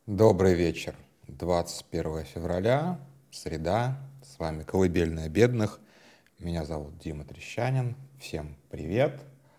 Добрый вечер. 21 февраля, среда. С вами «Колыбельная бедных». Меня зовут Дима Трещанин. Всем привет.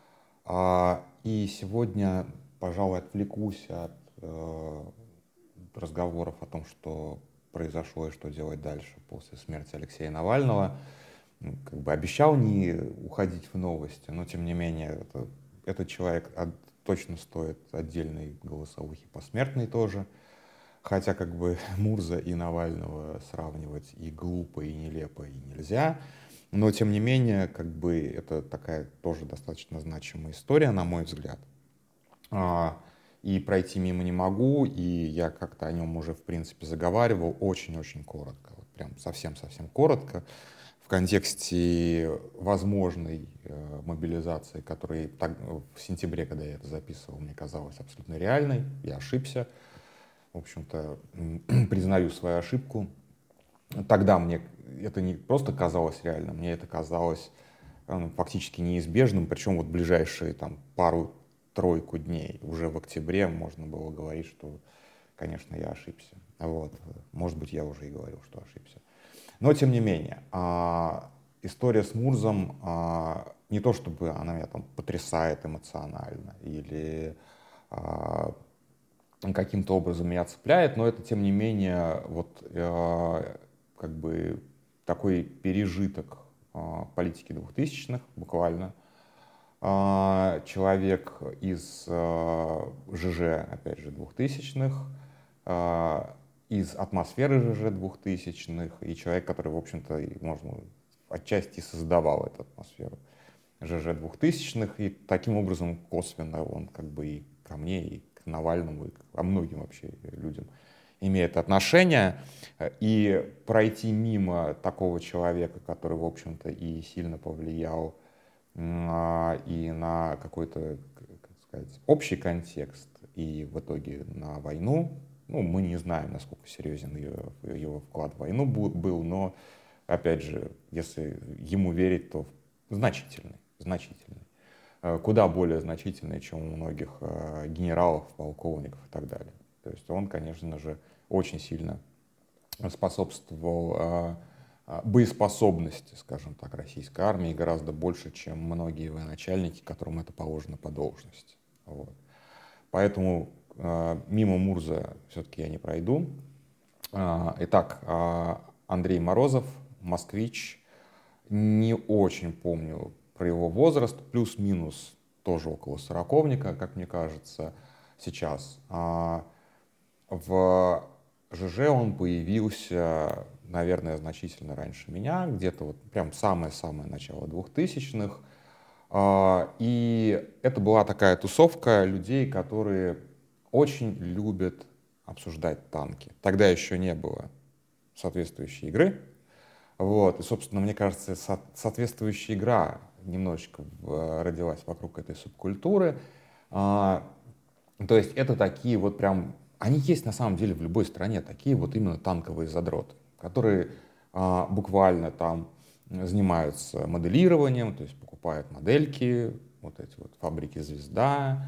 И сегодня, пожалуй, отвлекусь от разговоров о том, что произошло и что делать дальше после смерти Алексея Навального. Как бы обещал не уходить в новости, но тем не менее этот человек точно стоит отдельной голосовухи посмертной тоже. Хотя как бы Мурза и Навального сравнивать и глупо, и нелепо, и нельзя. Но тем не менее, как бы это такая тоже достаточно значимая история, на мой взгляд. А, И пройти мимо не могу, и я как-то о нем уже, в принципе, заговаривал очень-очень коротко. Вот прям совсем-совсем коротко. В контексте возможной мобилизации, которая в сентябре, когда я это записывал, мне казалась абсолютно реальной. Я ошибся. В общем-то, признаю свою ошибку. Тогда мне это не просто казалось реальным, мне это казалось фактически неизбежным, причем вот ближайшие там пару-тройку дней, уже в октябре можно было говорить, что, конечно, я ошибся. Вот. Может быть, я уже и говорил, что ошибся. Но, тем не менее, история с Мурзом не то чтобы она меня там потрясает эмоционально или каким-то образом меня цепляет, но это, тем не менее, вот как бы такой пережиток политики двухтысячных буквально. Человек из ЖЖ, опять же, двухтысячных, из атмосферы ЖЖ двухтысячных, и человек, который, в общем-то, можно отчасти создавал эту атмосферу ЖЖ двухтысячных, и таким образом косвенно он как бы и ко мне, и к Навальному, и ко многим вообще людям имеет отношение. И пройти мимо такого человека, который, в общем-то, и сильно повлиял и на какой-то, как сказать, общий контекст, и в итоге на войну. Ну, мы не знаем, насколько серьезен его вклад в войну был, но, опять же, если ему верить, то значительный, значительный. Куда более значительный, чем у многих генералов, полковников и так далее. То есть он, конечно же, очень сильно способствовал боеспособности, скажем так, российской армии гораздо больше, чем многие военачальники, которым это положено по должности. Вот. Поэтому мимо Мурза все-таки я не пройду. Итак, Андрей Морозов, москвич. Не очень помню про его возраст, плюс-минус тоже около сороковника, как мне кажется, сейчас. В ЖЖ он появился, наверное, значительно раньше меня, где-то вот прям самое-самое начало двухтысячных. И это была такая тусовка людей, которые очень любят обсуждать танки. Тогда еще не было соответствующей игры. Вот. И, собственно, мне кажется, соответствующая игра немножечко родилась вокруг этой субкультуры. А, То есть это такие вот прям... Они есть на самом деле в любой стране, такие вот именно танковые задроты, которые буквально там занимаются моделированием, то есть покупают модельки, вот эти вот фабрики «Звезда»,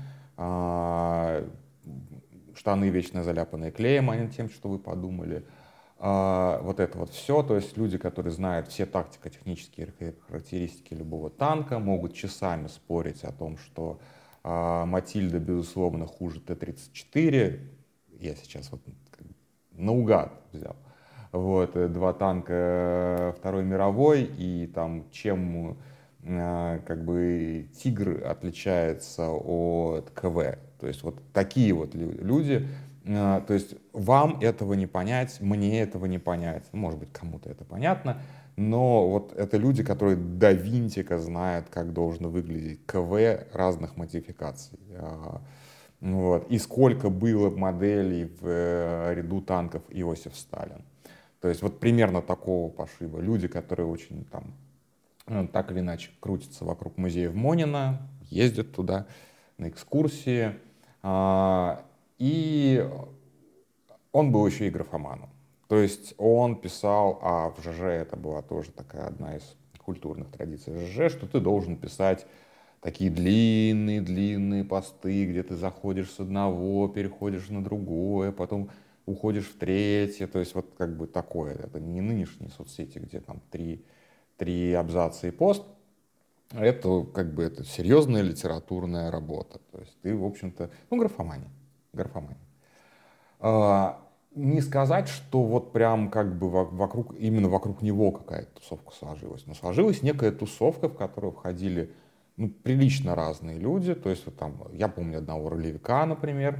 штаны вечно заляпанные клеем, а не тем, что вы подумали. Вот это вот все, то есть люди, которые знают все тактико-технические характеристики любого танка, могут часами спорить о том, что Матильда, безусловно, хуже Т-34. Я сейчас вот наугад взял. Вот, два танка Второй мировой, и там чем как бы Тигр отличается от КВ. То есть вот такие вот люди. То есть вам этого не понять, мне этого не понять. Может быть, кому-то это понятно, но вот это люди, которые до винтика знают, как должно выглядеть КВ разных модификаций. Вот. И сколько было моделей в ряду танков Иосиф Сталин. То есть вот примерно такого пошиба. Люди, которые очень там так или иначе крутятся вокруг музея Монина, ездят туда на экскурсии. И он был еще и графоманом. То есть он писал, а в ЖЖ это была тоже такая одна из культурных традиций ЖЖ, что ты должен писать такие длинные-длинные посты, где ты заходишь с одного, переходишь на другое, потом уходишь в третье, то есть вот как бы такое. Это не нынешние соцсети, где там три абзаца и пост. Это как бы это серьезная литературная работа. То есть ты, в общем-то, ну, графомания. Графомания. А, не сказать, что вот прям как бы именно вокруг него какая-то тусовка сложилась. Но сложилась некая тусовка, в которую входили ну, прилично разные люди. То есть вот там, я помню одного ролевика, например,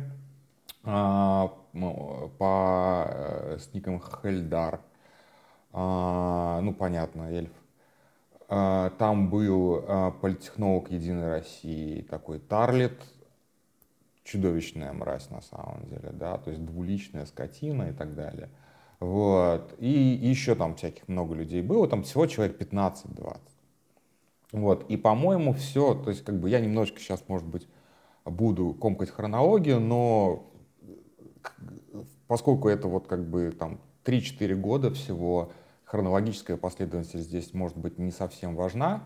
с ником Хельдар. Ну, понятно, эльф. Там был политтехнолог Единой России, такой Тарлет, чудовищная мразь на самом деле, да, то есть двуличная скотина и так далее. Вот. И еще там всяких много людей было, там всего человек 15-20. Вот. И, по-моему, все, то есть как бы я немножечко сейчас, может быть, буду комкать хронологию, но поскольку это вот как бы там 3-4 года всего, хронологическая последовательность здесь может быть не совсем важна,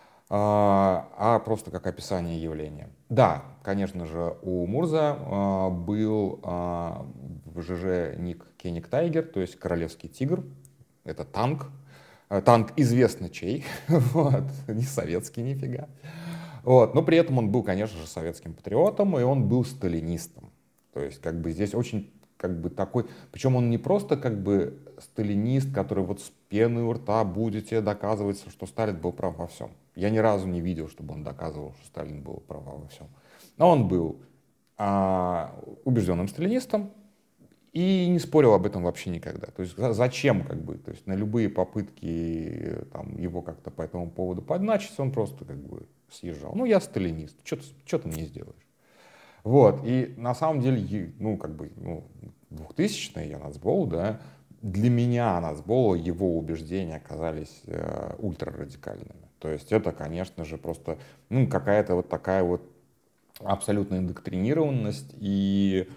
а просто как описание явления. Да, конечно же, у Мурза был в ЖЖ ник Кеник Тайгер, то есть королевский тигр. Это танк. Танк известно чей, вот, не советский нифига. Вот. Но при этом он был, конечно же, советским патриотом, и он был сталинистом. То есть как бы здесь очень как бы такой, причем он не просто как бы сталинист, который вот с пеной у рта будете доказывать, что Сталин был прав во всем. Я ни разу не видел, чтобы он доказывал, что Сталин был прав во всем. Но он был убежденным сталинистом и не спорил об этом вообще никогда. То есть зачем как бы, то есть на любые попытки там, его как-то по этому поводу подначить, он просто как бы съезжал. Ну, я сталинист, что ты мне сделаешь? Вот, и на самом деле, ну, как бы, ну, 2000-е я нацбол, да, для меня нацбола его убеждения оказались ультрарадикальными. То есть это, конечно же, просто, ну, какая-то вот такая вот абсолютная индоктринированность и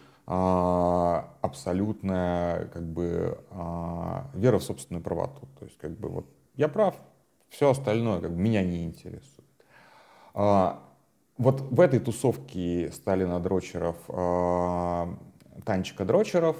абсолютная, как бы, вера в собственную правоту. То есть, как бы, вот, я прав, все остальное, как бы, меня не интересует. Вот в этой тусовке Сталина Дрочеров, Танчика Дрочеров,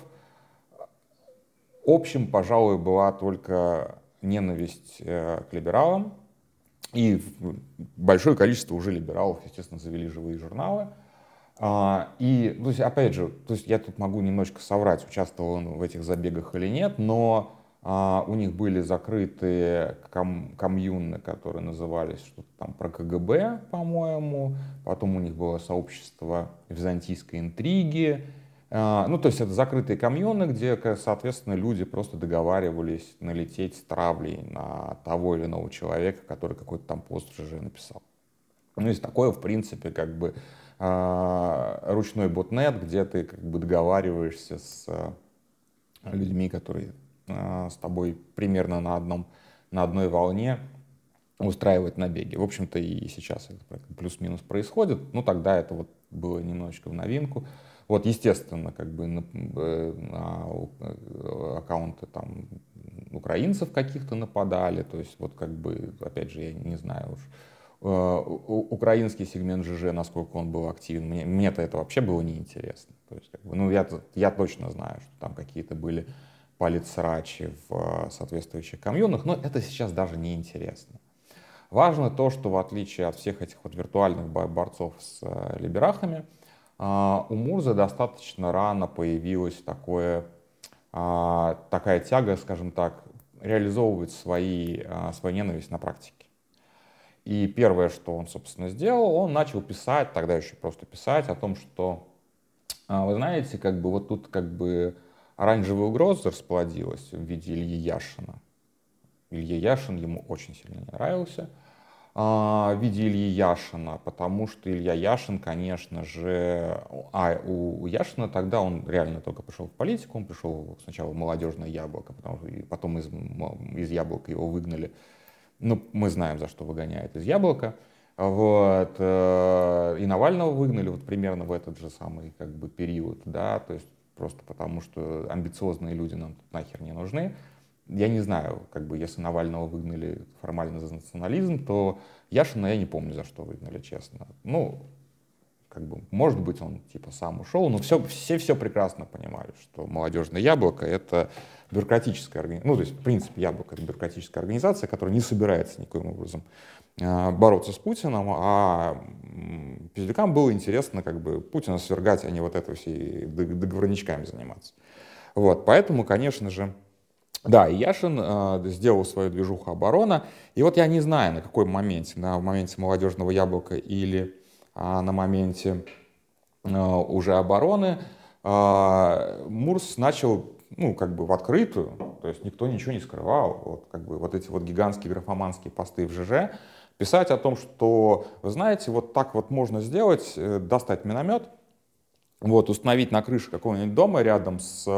общим, пожалуй, была только ненависть к либералам. И большое количество уже либералов, естественно, завели живые журналы. И, то есть, опять же, то есть я тут могу немножко соврать, участвовал он в этих забегах или нет, но у них были закрытые комьюны, которые назывались что-то там про КГБ, по-моему. Потом у них было сообщество византийской интриги. Ну, то есть это закрытые комьюны, где, соответственно, люди просто договаривались налететь с травлей на того или иного человека, который какой-то там пост уже написал. Ну, есть такое, в принципе, как бы ручной ботнет, где ты как бы договариваешься с людьми, которые с тобой примерно на одной волне, устраивать набеги. В общем-то, и сейчас это плюс-минус происходит. Ну, тогда это вот было немножечко в новинку. Вот, естественно, как бы на аккаунты там украинцев каких-то нападали. То есть, вот как бы, опять же, я не знаю уж, украинский сегмент ЖЖ, насколько он был активен, мне-то это вообще было неинтересно. То есть, как бы, ну, я точно знаю, что там какие-то были политсрачи в соответствующих комьюнах, но это сейчас даже не интересно. Важно то, что в отличие от всех этих вот виртуальных борцов с либерахами, у Мурза достаточно рано появилась такая тяга, скажем так, реализовывать свою ненависть на практике. И первое, что он, собственно, сделал, он начал писать, тогда еще просто писать о том, что, вы знаете, как бы вот тут как бы оранжевая угроза расплодилась в виде Ильи Яшина. Илья Яшин ему очень сильно не нравился в виде Ильи Яшина, потому что Илья Яшин, конечно же, у Яшина тогда он реально только пришел в политику, он пришел сначала в молодежное яблоко, потом из яблока его выгнали. Ну, мы знаем, за что выгоняют из яблока. Вот. И Навального выгнали вот примерно в этот же самый как бы период, да, то есть просто потому что амбициозные люди нам тут нахер не нужны. я не знаю, как бы, если Навального выгнали формально за национализм, то Яшина я не помню, за что выгнали, честно. Ну, как бы, может быть, он типа сам ушел, но все прекрасно понимали, что «Молодежное яблоко» — это бюрократическая организация, ну, то есть, в принципе, «Яблоко» — это бюрократическая организация, которая не собирается никоим образом бороться с Путиным, а пиздюкам было интересно как бы Путина свергать, а не вот это всей договорничками заниматься. Вот, поэтому, конечно же, да, и Яшин сделал свою движуху «Оборона», и вот я не знаю, на какой моменте, на моменте «Молодежного яблока» или на моменте уже «Обороны», Мурс начал, ну, как бы в открытую, то есть никто ничего не скрывал, вот, как бы вот эти вот гигантские графоманские посты в ЖЖ, писать о том, что, вы знаете, вот так вот можно сделать, достать миномет, вот, установить на крыше какого-нибудь дома рядом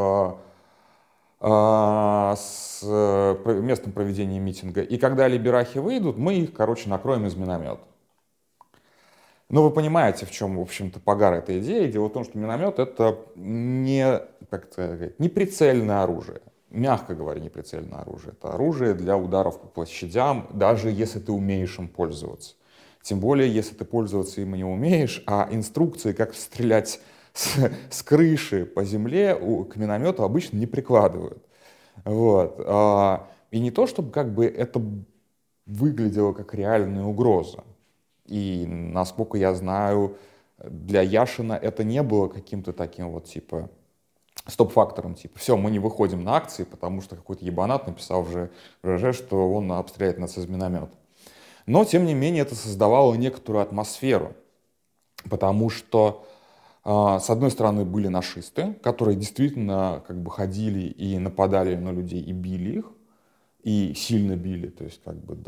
с местом проведения митинга, и когда либерахи выйдут, мы их, короче, накроем из миномета. Ну, вы понимаете, в чем, в общем-то, погар этой идеи. Дело в том, что миномет — это не, как сказать, не прицельное оружие. Мягко говоря, не прицельное оружие. Это оружие для ударов по площадям, даже если ты умеешь им пользоваться. Тем более, если ты пользоваться им не умеешь, а инструкции, как стрелять с крыши по земле, к миномету обычно не прикладывают. Вот. И не то, чтобы как бы это выглядело как реальная угроза. И, насколько я знаю, для Яшина это не было каким-то таким вот, типа, стоп-фактором, типа, все, мы не выходим на акции, потому что какой-то ебанат написал в ЖЖ, что он обстреляет нас из миномета. Но, тем не менее, это создавало некоторую атмосферу, потому что, с одной стороны, были нашисты, которые действительно как бы ходили и нападали на людей и били их, и сильно били, то есть как бы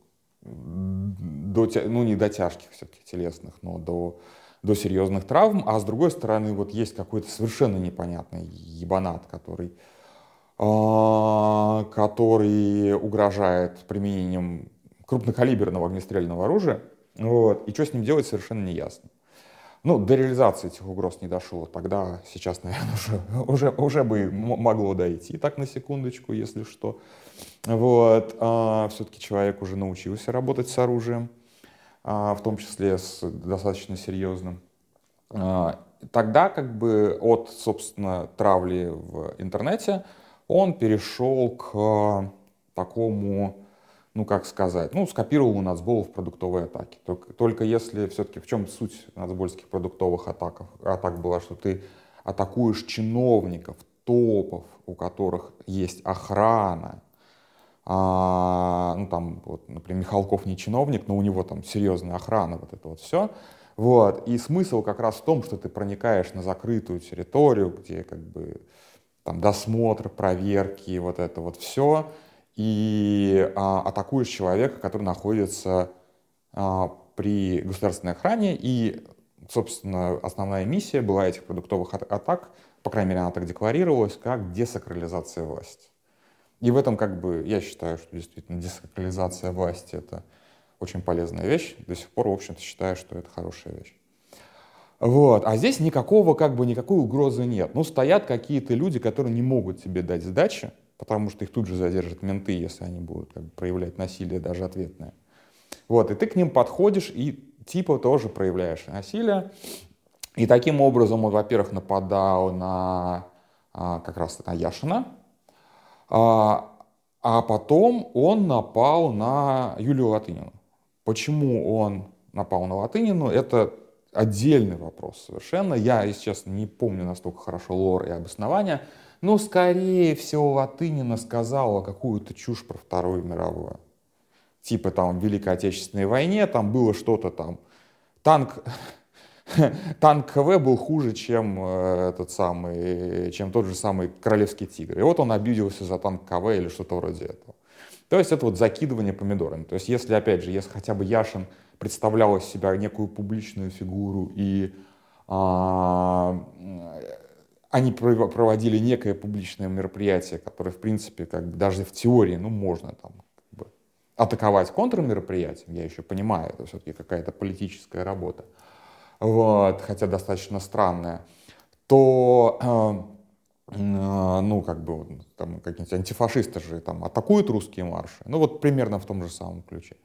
ну, не до тяжких все-таки телесных, но до серьезных травм, а с другой стороны, вот есть какой-то совершенно непонятный ебанат, который угрожает применением крупнокалиберного огнестрельного оружия, вот, и что с ним делать, совершенно не ясно. Ну, до реализации этих угроз не дошло. Тогда, сейчас, наверное, уже бы могло дойти, так на секундочку, если что. Вот. Все-таки человек уже научился работать с оружием, в том числе с достаточно серьезным. Тогда как бы от, собственно, травли в интернете он перешел к такому, ну, как сказать, ну, скопировал у нацболов продуктовые атаки. Только если все-таки, в чем суть нацбольских продуктовых атак была, что ты атакуешь чиновников, топов, у которых есть охрана, ну, там, вот, например, Михалков не чиновник, но у него там серьезная охрана, вот это вот все. Вот. И смысл как раз в том, что ты проникаешь на закрытую территорию, где как бы там досмотр, проверки, вот это вот все, и атакуешь человека, который находится при государственной охране, и, собственно, основная миссия была этих продуктовых атак, по крайней мере, она так декларировалась, как десакрализация власти. И в этом, как бы, я считаю, что действительно десакрализация власти — это очень полезная вещь. До сих пор, в общем-то, считаю, что это хорошая вещь. Вот. А здесь никакого, как бы, никакой угрозы нет. Ну, стоят какие-то люди, которые не могут тебе дать сдачи, потому что их тут же задержат менты, если они будут как бы проявлять насилие, даже ответное. Вот. И ты к ним подходишь и типа тоже проявляешь насилие. И таким образом он, во-первых, нападал на как раз на Яшина, а потом он напал на Юлию Латынину. Почему он напал на Латынину, это отдельный вопрос совершенно. Я, если честно, не помню настолько хорошо лор и обоснования, но, скорее всего, Латынина сказала какую-то чушь про Вторую мировую. Типа там в Великой Отечественной войне там было что-то там. Танк КВ был хуже, чем чем тот же самый Королевский тигр. И вот он обиделся за танк КВ или что-то вроде этого. То есть это вот закидывание помидорами. То есть если, опять же, если хотя бы Яшин представлял из себя некую публичную фигуру, и они проводили некое публичное мероприятие, которое, в принципе, как бы даже в теории, ну, можно там как бы атаковать контрмероприятием, я еще понимаю, это все-таки какая-то политическая работа, вот, хотя достаточно странная, то ну, как бы, вот, там какие-нибудь антифашисты же там атакуют русские марши. Ну, вот примерно в том же самом ключе.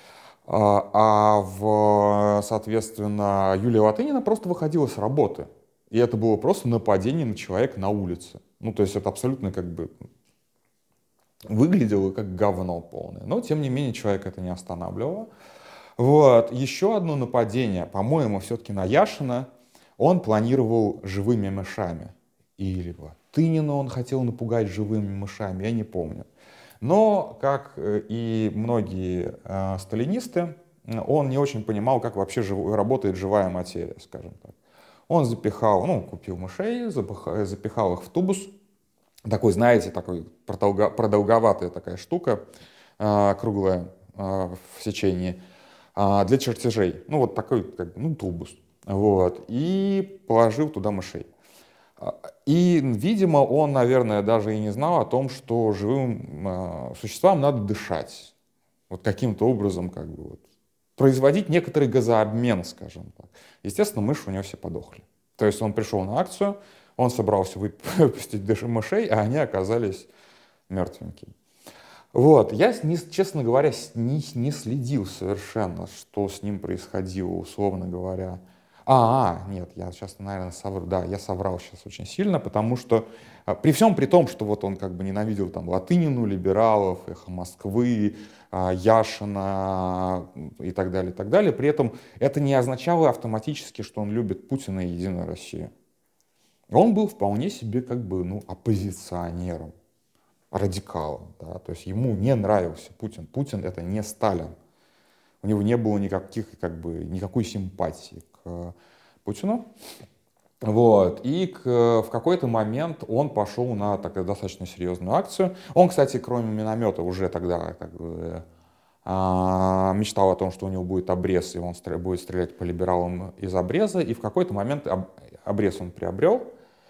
Соответственно, Юлия Латынина просто выходила с работы. И это было просто нападение на человека на улице. Ну, то есть это абсолютно как бы выглядело как говно полное. Но, тем не менее, человек это не останавливало. Вот. Еще одно нападение, по-моему, все-таки на Яшина, он планировал живыми мышами. Или Латынина он хотел напугать живыми мышами, я не помню. Но, как и многие сталинисты, он не очень понимал, как вообще работает живая материя, скажем так. Он запихал, ну, купил мышей, запихал их в тубус. Такой, знаете, такой продолговатая такая штука, круглая в сечении, для чертежей. Ну, вот такой, как бы, ну, тубус. Вот. И положил туда мышей. И, видимо, он, наверное, даже и не знал о том, что живым существам надо дышать. Вот каким-то образом, как бы, вот, производить некоторый газообмен, скажем так. Естественно, мыши у него все подохли. То есть он пришел на акцию, он собрался выпустить мышей, а они оказались мертвенькими. Вот, я, честно говоря, не следил совершенно, что с ним происходило, условно говоря. Нет, я сейчас, наверное, соврал. Да, я соврал сейчас очень сильно, потому что при всем при том, что вот он как бы ненавидел там Латынину, либералов, Эхо Москвы, Яшина и так далее, при этом это не означало автоматически, что он любит Путина и Единую Россию. Он был вполне себе как бы, ну, оппозиционером, радикалом, да, то есть ему не нравился Путин. Путин — это не Сталин. У него не было никакой симпатии к Путину. Вот. И в какой-то момент он пошел на такую достаточно серьезную акцию. Он, кстати, кроме миномета уже тогда как бы, мечтал о том, что у него будет обрез, и он будет стрелять по либералам из обреза. И в какой-то момент обрез он приобрел.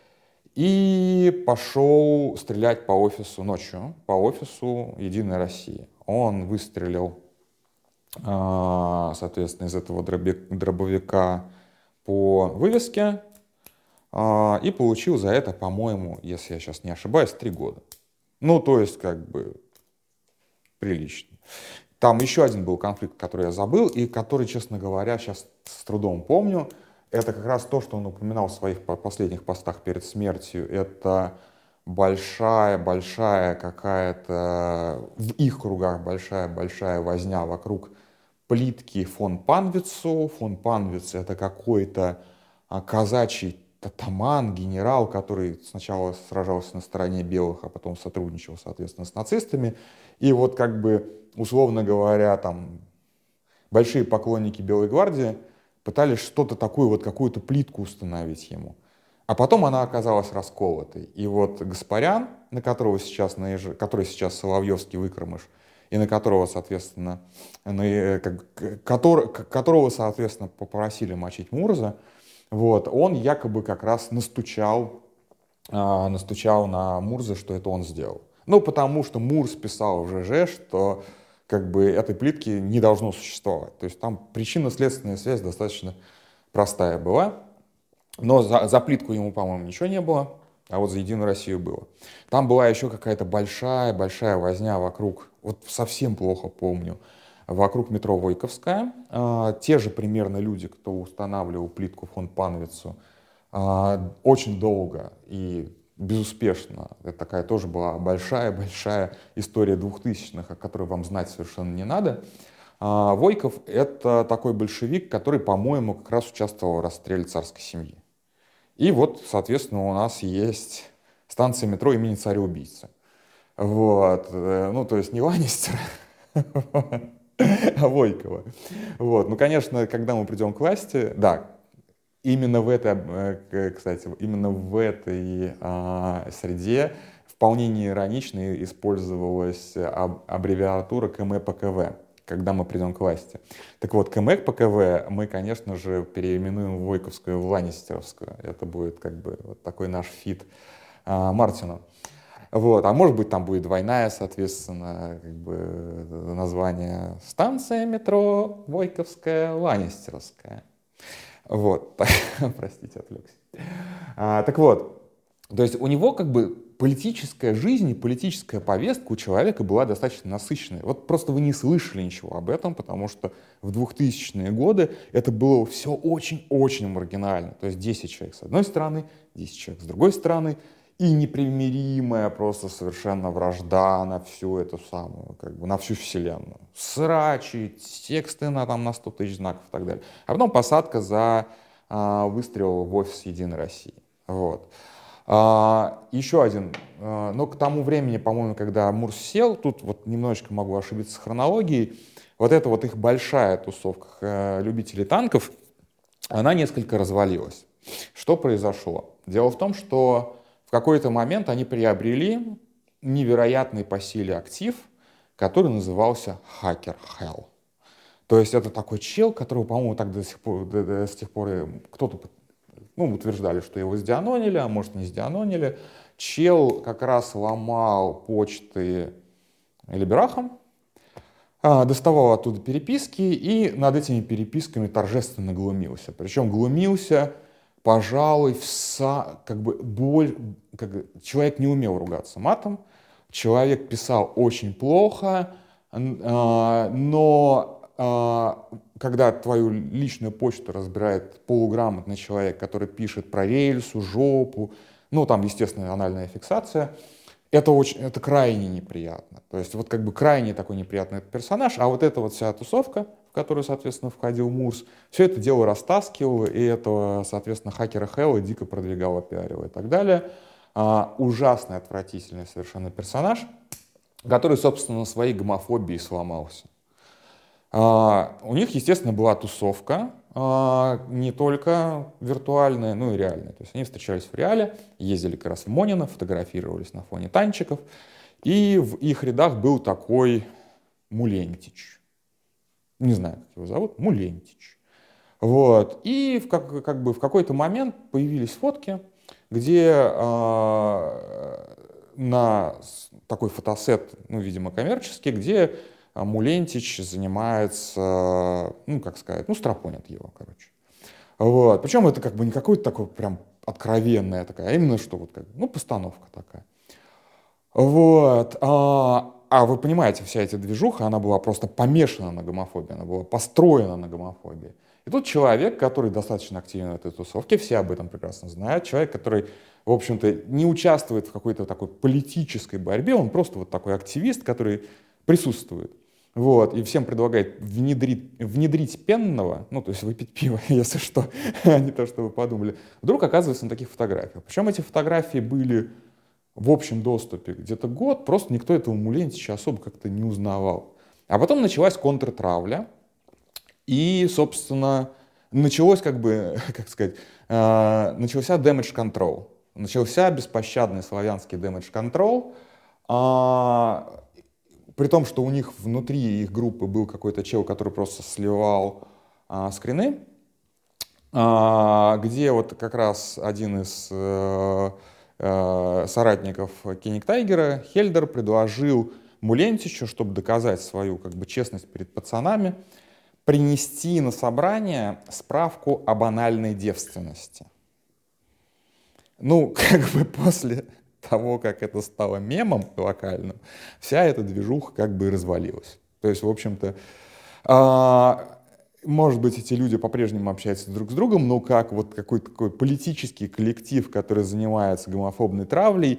И пошел стрелять по офису ночью, по офису «Единой России». Он выстрелил, соответственно, из этого дробовика по вывеске и получил за это, по-моему, если я сейчас не ошибаюсь, 3 года. Ну, то есть, как бы, прилично. Там еще один был конфликт, который я забыл, и который, честно говоря, сейчас с трудом помню. Это как раз то, что он упоминал в своих последних постах перед смертью. Это большая-большая какая-то, в их кругах большая-большая возня вокруг плитки фон Панвицу. Фон Панвиц — это какой-то казачий атаман, генерал, который сначала сражался на стороне белых, а потом сотрудничал, соответственно, с нацистами. И вот как бы, условно говоря, там большие поклонники Белой гвардии пытались что-то такое, вот какую-то плитку установить ему. А потом она оказалась расколотой. И вот Гаспарян, который сейчас Соловьевский выкормыш, и на которого, соответственно, которого, соответственно, попросили мочить Мурза, вот, он якобы как раз настучал на Мурза, что это он сделал. Ну, потому что Мурз писал в ЖЖ, что как бы этой плитки не должно существовать. То есть там причинно-следственная связь достаточно простая была. Но за плитку ему, по-моему, ничего не было, а вот за Единую Россию было. Там была еще какая-то большая возня вокруг, вот совсем плохо помню, вокруг метро Войковская. Те же примерно люди, кто устанавливал плитку фон Панвицу, очень долго и безуспешно. Это такая тоже была большая история 2000-х, о которой вам знать совершенно не надо. Войков — это такой большевик, который, по-моему, как раз участвовал в расстреле царской семьи. И вот, соответственно, у нас есть станция метро имени царя-убийцы. Вот. Ну, то есть не Ланнистера, а Войкова. Вот. Ну, конечно, когда мы придем к власти, да, именно в этой, кстати, именно в этой среде вполне неиронично использовалась аббревиатура КМ-ПКВ, когда мы придем к власти. Так вот, КМ-ПКВ мы, конечно же, переименуем в Войковскую, в Ланнистеровскую. Это будет как бы вот такой наш фит Мартину. Вот. А может быть, там будет двойная, соответственно, как бы название: станция метро Войковская, Ланнистеровская. Вот, простите, отвлекся. Так вот, То есть у него как бы политическая жизнь и политическая повестка у человека была достаточно насыщенная. Вот просто вы не слышали ничего об этом, потому что в 2000-е годы это было все очень-очень маргинально. То есть 10 человек с одной стороны, 10 человек с другой стороны, и непримиримая просто совершенно вражда на всю эту самую, как бы на всю вселенную. Срачи, тексты на 100 тысяч знаков и так далее. А потом посадка за выстрел в офис Единой России. Вот. Еще один, но к тому времени, по-моему, когда Мурс сел, тут вот немножечко могу ошибиться с хронологией, вот эта вот их большая тусовка любителей танков, она несколько развалилась. Что произошло? Дело в том, что в какой-то момент они приобрели невероятный по силе актив, который назывался Hacker Hell. То есть это такой чел, которого, по-моему, так до сих пор кто-то утверждали, что его сдианонили, а может не сдианонили. Чел как раз ломал почты Либерахом, доставал оттуда переписки и над этими переписками торжественно глумился. Причем глумился, пожалуй, человек не умел ругаться матом, человек писал очень плохо, но когда твою личную почту разбирает полуграмотный человек, который пишет про рельсу, жопу, там, естественно, анальная фиксация, это крайне неприятно. То есть вот как бы крайне такой неприятный персонаж, а вот эта вот вся тусовка, в которую, соответственно, входил Мурс, все это дело растаскивал, и этого, соответственно, хакера Хэлла дико продвигало, пиарило и так далее. Ужасный, отвратительный совершенно персонаж, который, собственно, на своей гомофобии сломался. У них, естественно, была тусовка, не только виртуальная, но и реальная. То есть они встречались в реале, ездили как раз в Монино, фотографировались на фоне танчиков. И в их рядах был такой Мулентич. Не знаю, как его зовут, Мулентич. Вот. И в какой-то момент появились фотки, где на такой фотосет, видимо, коммерческий, где Мулентич занимается, стропонят его, короче. Вот. Причем это как бы не какое-то такое прям откровенная такая, а именно что постановка такая. Вот. А вы понимаете, вся эта движуха, она была просто помешана на гомофобии, она была построена на гомофобии. И тут человек, который достаточно активен в этой тусовке, все об этом прекрасно знают, человек, который, в общем-то, не участвует в какой-то такой политической борьбе, он просто вот такой активист, который присутствует. Вот, и всем предлагает внедрить пенного, то есть выпить пиво, если что, а не то, что вы подумали. Вдруг оказывается на таких фотографиях. Причем эти фотографии были в общем доступе где-то год, просто никто этого Мулентича особо как-то не узнавал. А потом началась контртравля, и, собственно, начался damage control. Начался беспощадный славянский damage control, при том, что у них внутри их группы был какой-то чел, который просто сливал скрины, где вот как раз один из соратников Кенигтайгера, Хельдер, предложил Мулентичу, чтобы доказать свою честность перед пацанами, принести на собрание справку об анальной девственности. После того, как это стало мемом локальным, вся эта движуха развалилась. То есть, в общем-то, может быть, эти люди по-прежнему общаются друг с другом, но как вот какой-то такой политический коллектив, который занимается гомофобной травлей,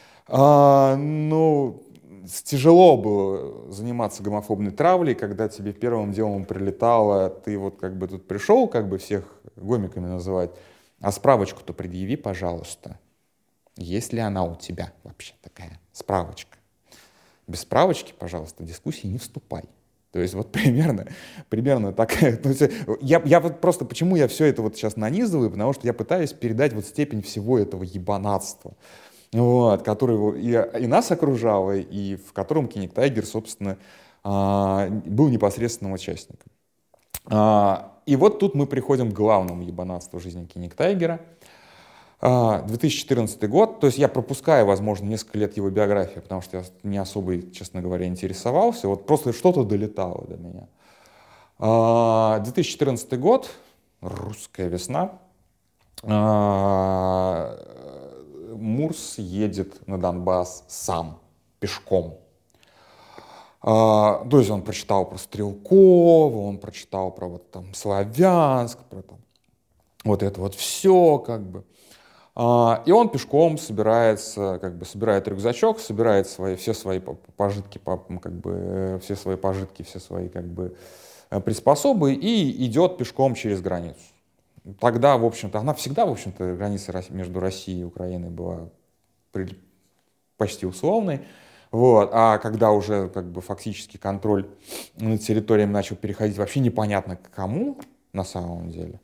тяжело было заниматься гомофобной травлей, когда тебе первым делом прилетало, ты вот тут пришел, всех гомиками называть, а справочку-то предъяви, пожалуйста. Есть ли она у тебя вообще такая справочка? Без справочки, пожалуйста, в дискуссии не вступай. То есть вот примерно такая. Я вот просто, почему я все это вот сейчас нанизываю, потому что я пытаюсь передать вот степень всего этого ебанатства, который и нас окружало, и в котором Кенигтайгер, собственно, был непосредственным участником. И вот тут мы приходим к главному ебанатству жизни Кенигтайгера. 2014 год, то есть я пропускаю, возможно, несколько лет его биографии, потому что я не особо, честно говоря, интересовался, вот просто что-то долетало до меня. 2014 год, русская весна, Мурс едет на Донбасс сам, пешком. То есть он прочитал про Стрелкова, он прочитал про вот там Славянск, про там вот это вот все как бы. И он пешком собирается, как бы собирает рюкзачок, собирает все свои пожитки, как бы, все свои пожитки, все свои как бы приспособы и идет пешком через границу. Тогда, в общем-то, она всегда, в общем-то, граница между Россией и Украиной была почти условной. Вот. А когда уже как бы фактически контроль над территорией начал переходить вообще непонятно к кому на самом деле,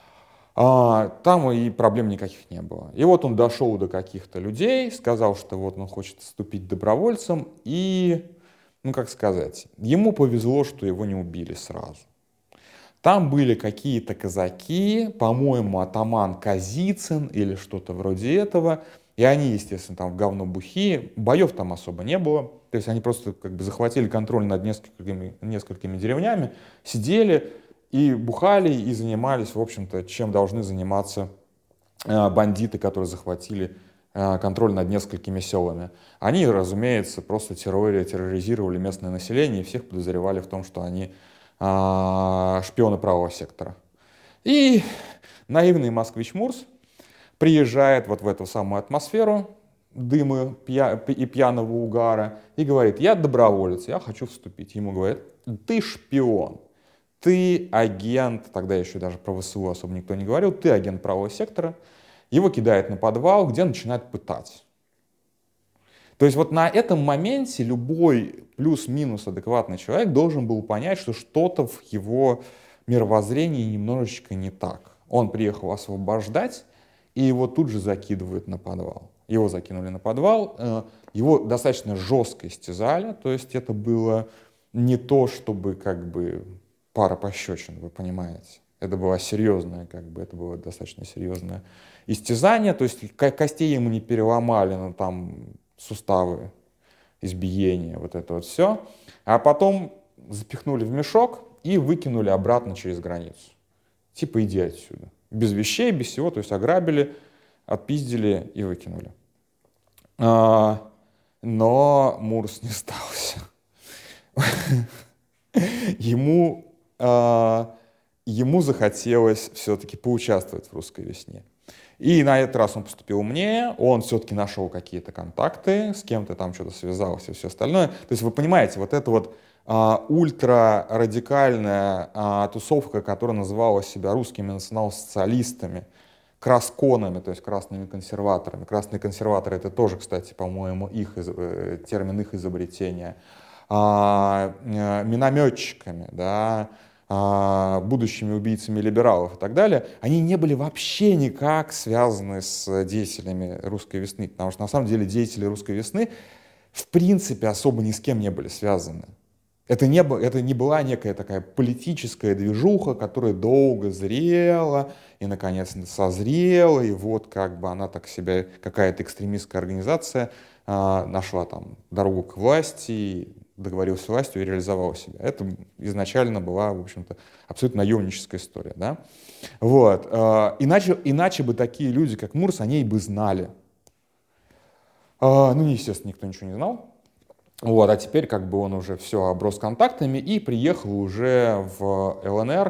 там и проблем никаких не было. И вот он дошел до каких-то людей, сказал, что вот он хочет вступить добровольцем, и, ну как сказать, ему повезло, что его не убили сразу. Там были какие-то казаки, по-моему, атаман Казицын или что-то вроде этого, и они, естественно, там в говно бухие, боев там особо не было, то есть они просто как бы захватили контроль над несколькими деревнями, сидели и бухали, и занимались, в общем-то, чем должны заниматься бандиты, которые захватили контроль над несколькими селами. Они, разумеется, просто терроризировали местное население и всех подозревали в том, что они шпионы правого сектора. И наивный москвич Мурс приезжает вот в эту самую атмосферу дыма и пьяного угара и говорит: я доброволец, я хочу вступить. Ему говорят: ты шпион, ты агент, тогда еще даже про ВСУ особо никто не говорил, ты агент правого сектора. Его кидают на подвал, где начинают пытать. То есть вот на этом моменте любой плюс-минус адекватный человек должен был понять, что что-то в его мировоззрении немножечко не так. Он приехал освобождать, и его тут же закидывают на подвал. Его закинули на подвал, его достаточно жестко истязали, то есть это было не то, чтобы как бы пара пощечин, вы понимаете. Это было серьезное, как бы, это было достаточно серьезное истязание, то есть костей ему не переломали, но там суставы, избиения, вот это вот все. А потом запихнули в мешок и выкинули обратно через границу. Типа иди отсюда. Без вещей, без всего, то есть ограбили, отпиздили и выкинули. Но Мурс не сдался. Ему захотелось все-таки поучаствовать в «Русской весне». И на этот раз он поступил умнее, он все-таки нашел какие-то контакты, с кем-то там что-то связался и все остальное. То есть вы понимаете, вот эта вот ультрарадикальная тусовка, которая называла себя русскими национал-социалистами, красконами, то есть красными консерваторами. Красные консерваторы — это тоже, кстати, по-моему, термин их изобретения. Минометчиками, да, будущими убийцами либералов и так далее, они не были вообще никак связаны с деятелями «Русской весны», потому что на самом деле деятели «Русской весны» в принципе особо ни с кем не были связаны. Это не была некая такая политическая движуха, которая долго зрела и наконец созрела, и вот как бы она так себя, какая-то экстремистская организация, нашла там дорогу к власти, договорилась с властью и реализовала себя. Это изначально была, в общем-то, абсолютно наемническая история. Да? Вот. Иначе бы такие люди, как Мурс, они и бы знали. Ну, естественно, никто ничего не знал. Вот. А теперь как бы он уже все оброс контактами и приехал уже в ЛНР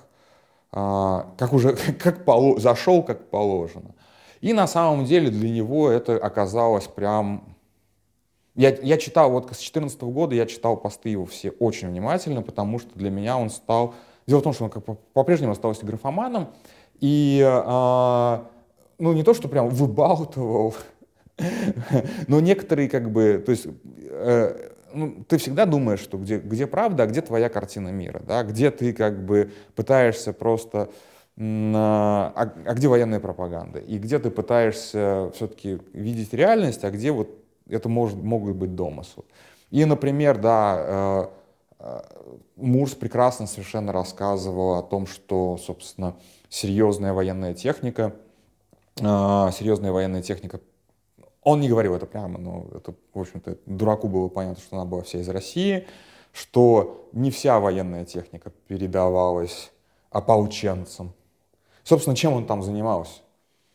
зашел как положено. И на самом деле для него это оказалось прям... Я читал, вот с 2014 года я читал посты его все очень внимательно, потому что для меня он стал... Дело в том, что он по-прежнему остался графоманом, и ну не то, что прям выбалтывал, но некоторые как бы... То есть ты всегда думаешь, что где правда, а где твоя картина мира, да? Где ты как бы пытаешься просто... где военная пропаганда? И где ты пытаешься все-таки видеть реальность, а где вот это могут быть домыслы. И, например, да, Мурс прекрасно совершенно рассказывал о том, что, собственно, серьезная военная техника, он не говорил это прямо, но это, в общем-то, дураку было понятно, что она была вся из России, что не вся военная техника передавалась ополченцам. Собственно, чем он там занимался?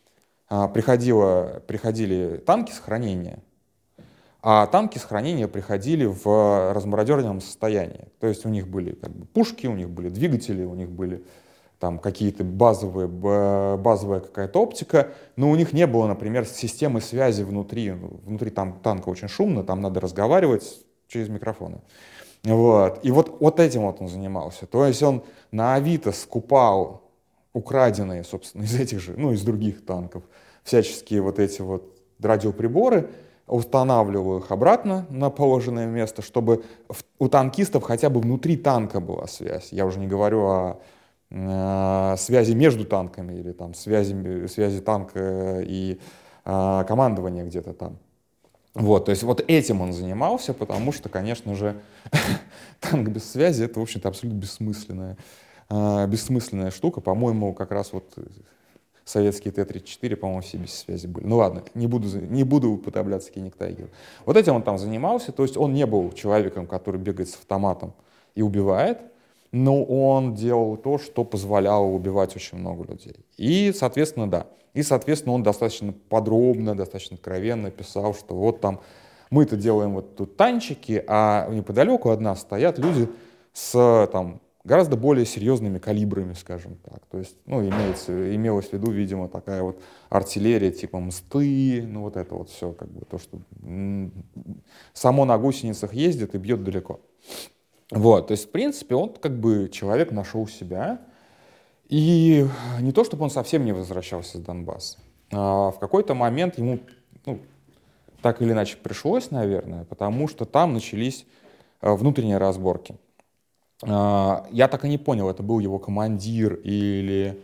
приходили танки с хранения, а танки с хранения приходили в размародеренном состоянии. То есть у них были как бы пушки, у них были двигатели, у них были там какие-то базовая какая-то оптика, но у них не было, например, системы связи внутри. Внутри там танка очень шумно, там надо разговаривать через микрофоны. Вот. И вот этим вот он занимался. То есть он на Авито скупал украденные, собственно, из этих же, ну, из других танков, всяческие вот эти вот радиоприборы, устанавливал их обратно на положенное место, чтобы у танкистов хотя бы внутри танка была связь. Я уже не говорю о связи между танками или там связи танка и командования где-то там. Вот, то есть вот этим он занимался, потому что, конечно же, танк без связи — это, в общем-то, абсолютно бессмысленная штука. По-моему, как раз вот советские Т-34, по-моему, все без связи были. Ну ладно, не буду уподобляться Кенни Тайгеру. Вот этим он там занимался, то есть он не был человеком, который бегает с автоматом и убивает, но он делал то, что позволяло убивать очень много людей. И, соответственно, да. И, соответственно, он достаточно подробно, достаточно откровенно писал, что вот там мы-то делаем вот тут танчики, а неподалеку от нас стоят люди с там гораздо более серьезными калибрами, скажем так. То есть, ну, имелось в виду, видимо, такая вот артиллерия типа мсты, ну, вот это вот все, как бы то, что само на гусеницах ездит и бьет далеко. Вот, то есть, в принципе, он как бы человек нашел себя, и не то, чтобы он совсем не возвращался с Донбасса. В какой-то момент ему, ну, так или иначе пришлось, наверное, потому что там начались внутренние разборки. Я так и не понял, это был его командир или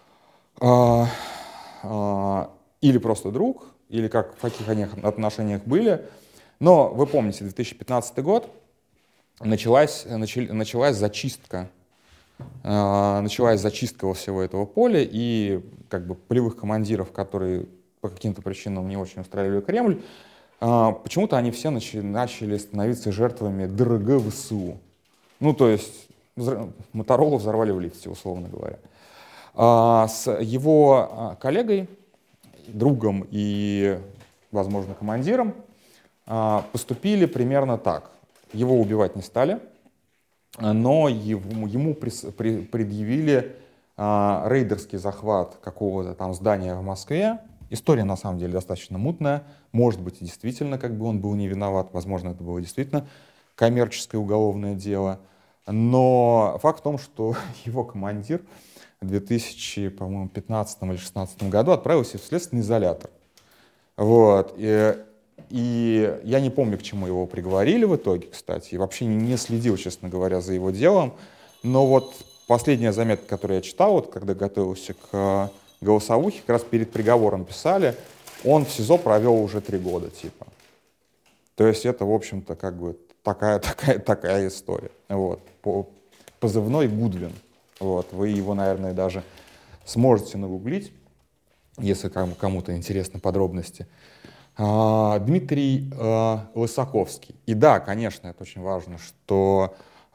просто друг, или как, в каких они отношениях были. Но вы помните, 2015 год, началась зачистка. Началась зачистка всего этого поля, и как бы полевых командиров, которые по каким-то причинам не очень устраивали Кремль, почему-то они все начали становиться жертвами ДРГ ВСУ. Ну, то есть Моторолу взорвали в лифте, условно говоря. С его коллегой, другом и, возможно, командиром поступили примерно так. Его убивать не стали, но ему предъявили рейдерский захват какого-то там здания в Москве. История, на самом деле, достаточно мутная. Может быть, действительно, как бы он был не виноват. Возможно, это было действительно коммерческое уголовное дело. Но факт в том, что его командир в 2015 или 2016 году отправился в следственный изолятор. Вот. И я не помню, к чему его приговорили в итоге, кстати. И вообще не следил, честно говоря, за его делом. Но вот последняя заметка, которую я читал, вот, когда готовился к голосовухе, как раз перед приговором писали, он в СИЗО провел уже 3 года, типа. То есть это, в общем-то, как бы такая история. Вот. Позывной Гудвин. Вот. Вы его, наверное, даже сможете нагуглить, если кому-то интересны подробности. Дмитрий Лысаковский. И да, конечно, это очень важно, что...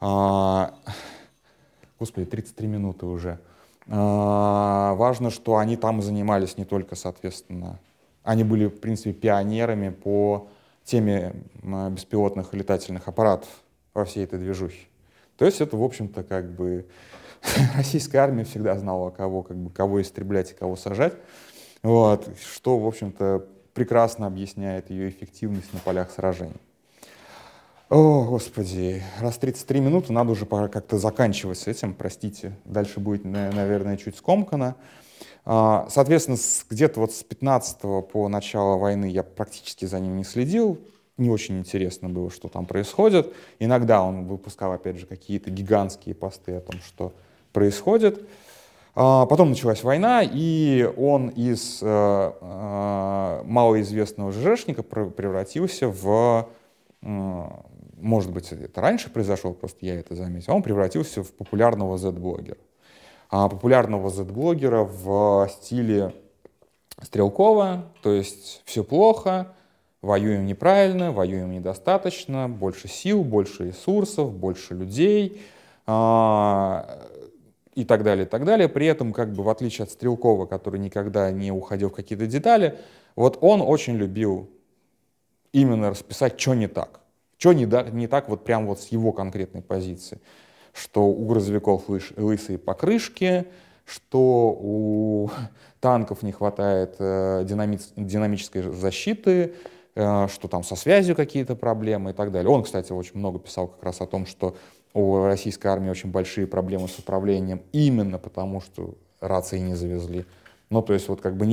Господи, 33 минуты уже. Важно, что они там занимались не только, соответственно... Они были, в принципе, пионерами по теме беспилотных летательных аппаратов во всей этой движухе. То есть это, в общем-то, как бы... Российская армия всегда знала, кого истреблять и кого сажать. Вот, что, в общем-то, прекрасно объясняет ее эффективность на полях сражений. О, Господи, раз 33 минуты, надо уже как-то заканчивать с этим, простите. Дальше будет, наверное, чуть скомкано. Соответственно, где-то вот с 15 по начало войны я практически за ним не следил. Не очень интересно было, что там происходит. Иногда он выпускал, опять же, какие-то гигантские посты о том, что происходит. Потом началась война, и он из малоизвестного ЖЖшника превратился в, может быть, это раньше произошло, просто я это заметил, он превратился в популярного Z-блогера. Популярного Z-блогера в стиле Стрелкова, то есть все плохо, воюем неправильно, воюем недостаточно, больше сил, больше ресурсов, больше людей. и так далее, и так далее. При этом, как бы, в отличие от Стрелкова, который никогда не уходил в какие-то детали, вот он очень любил именно расписать, что не так. Что не так вот прям вот с его конкретной позиции. Что у грузовиков лысые покрышки, что у танков не хватает динамической защиты, что там со связью какие-то проблемы и так далее. Он, кстати, очень много писал как раз о том, что у российской армии очень большие проблемы с управлением именно потому, что рации не завезли. Ну, то есть вот как бы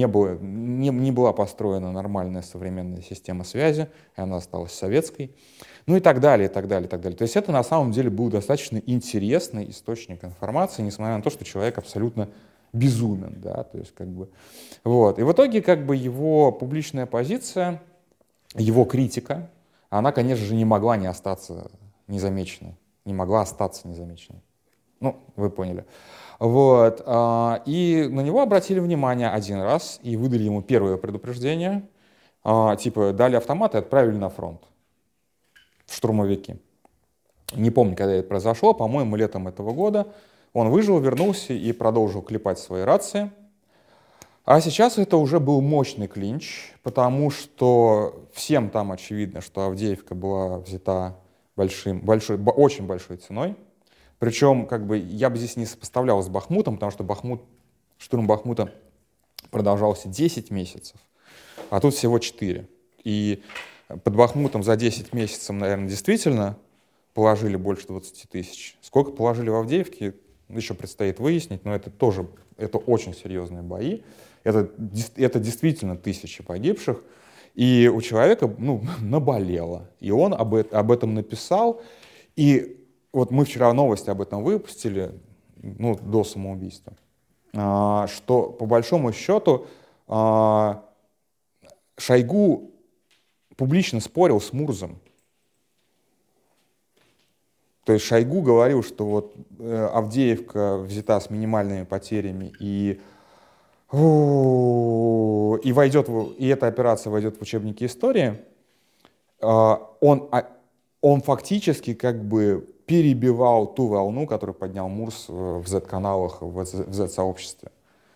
не была построена нормальная современная система связи, и она осталась советской. Ну и так далее, и так далее, и так далее. То есть это на самом деле был достаточно интересный источник информации, несмотря на то, что человек абсолютно безумен, да, то есть как бы вот. И в итоге как бы его публичная позиция, его критика, она, конечно же, не могла не остаться незамеченной, не могла остаться незамеченной. Ну, вы поняли. Вот. И на него обратили внимание один раз и выдали ему первое предупреждение, типа дали автомат и отправили на фронт в штурмовики. Не помню, когда это произошло, по-моему, летом этого года. Он выжил, вернулся и продолжил клепать свои рации. А сейчас это уже был мощный клинч, потому что всем там очевидно, что Авдеевка была взята очень большой ценой. Причем как бы я бы здесь не сопоставлял с Бахмутом, потому что штурм Бахмута продолжался 10 месяцев, а тут всего 4. И под Бахмутом за 10 месяцев, наверное, действительно положили больше 20 тысяч. Сколько положили в Авдеевке, еще предстоит выяснить, но это очень серьезные бои. Это действительно тысячи погибших. И у человека наболело. И он об этом написал. И вот мы вчера новости об этом выпустили, до самоубийства, что по большому счету Шойгу публично спорил с Мурзом. То есть Шойгу говорил, что вот Авдеевка взята с минимальными потерями и эта операция войдет в учебники истории. Он фактически как бы перебивал ту волну, которую поднял Мурз в Z-каналах, в Z-сообществе.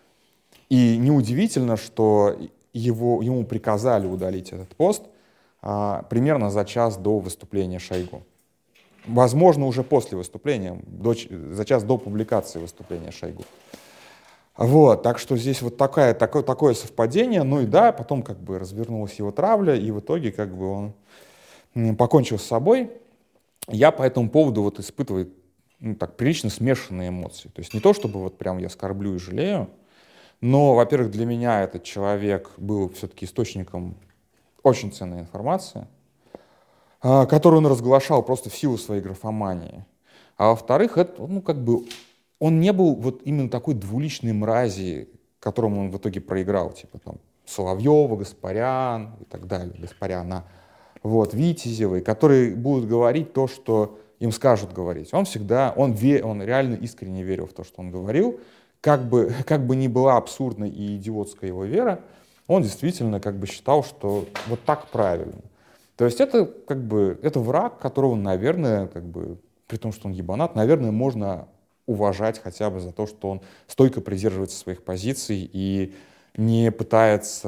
И неудивительно, что ему приказали удалить этот пост примерно за час до выступления Шойгу. Возможно, уже после выступления, за час до публикации выступления Шойгу. Вот, так что здесь вот такое совпадение. Ну и да, потом как бы развернулась его травля, и в итоге как бы он покончил с собой. Я по этому поводу вот испытываю прилично смешанные эмоции. То есть не то, чтобы вот прям я скорблю и жалею, но, во-первых, для меня этот человек был все-таки источником очень ценной информации, которую он разглашал просто в силу своей графомании. А во-вторых, он не был вот именно такой двуличной мрази, которому он в итоге проиграл, типа там Соловьева, Гаспарян и так далее, Гаспаряна, вот, Витязевой, которые будут говорить то, что им скажут говорить. Он реально искренне верил в то, что он говорил, как бы ни была абсурдна и идиотская его вера, он действительно как бы считал, что вот так правильно. То есть это враг, которого, наверное, при том, что он ебанат, наверное, можно уважать хотя бы за то, что он стойко придерживается своих позиций и не пытается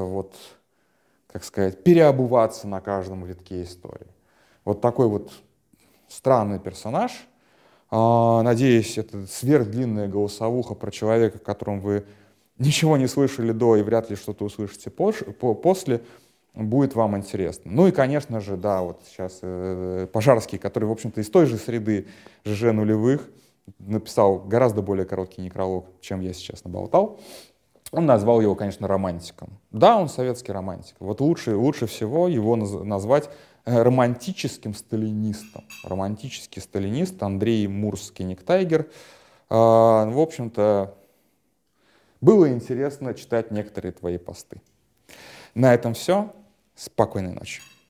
переобуваться на каждом витке истории. Вот такой вот странный персонаж. Надеюсь, это сверхдлинная голосовуха про человека, о котором вы ничего не слышали до и вряд ли что-то услышите после, будет вам интересно. Ну и, конечно же, да, вот сейчас Пожарский, который, в общем-то, из той же среды ЖЖ нулевых, написал гораздо более короткий некролог, чем я сейчас наболтал. Он назвал его, конечно, романтиком. Да, он советский романтик. Вот лучше всего его назвать романтическим сталинистом. Романтический сталинист Андрей Мурз-Кенигтайгер. В общем-то, было интересно читать некоторые твои посты. На этом все. Спокойной ночи.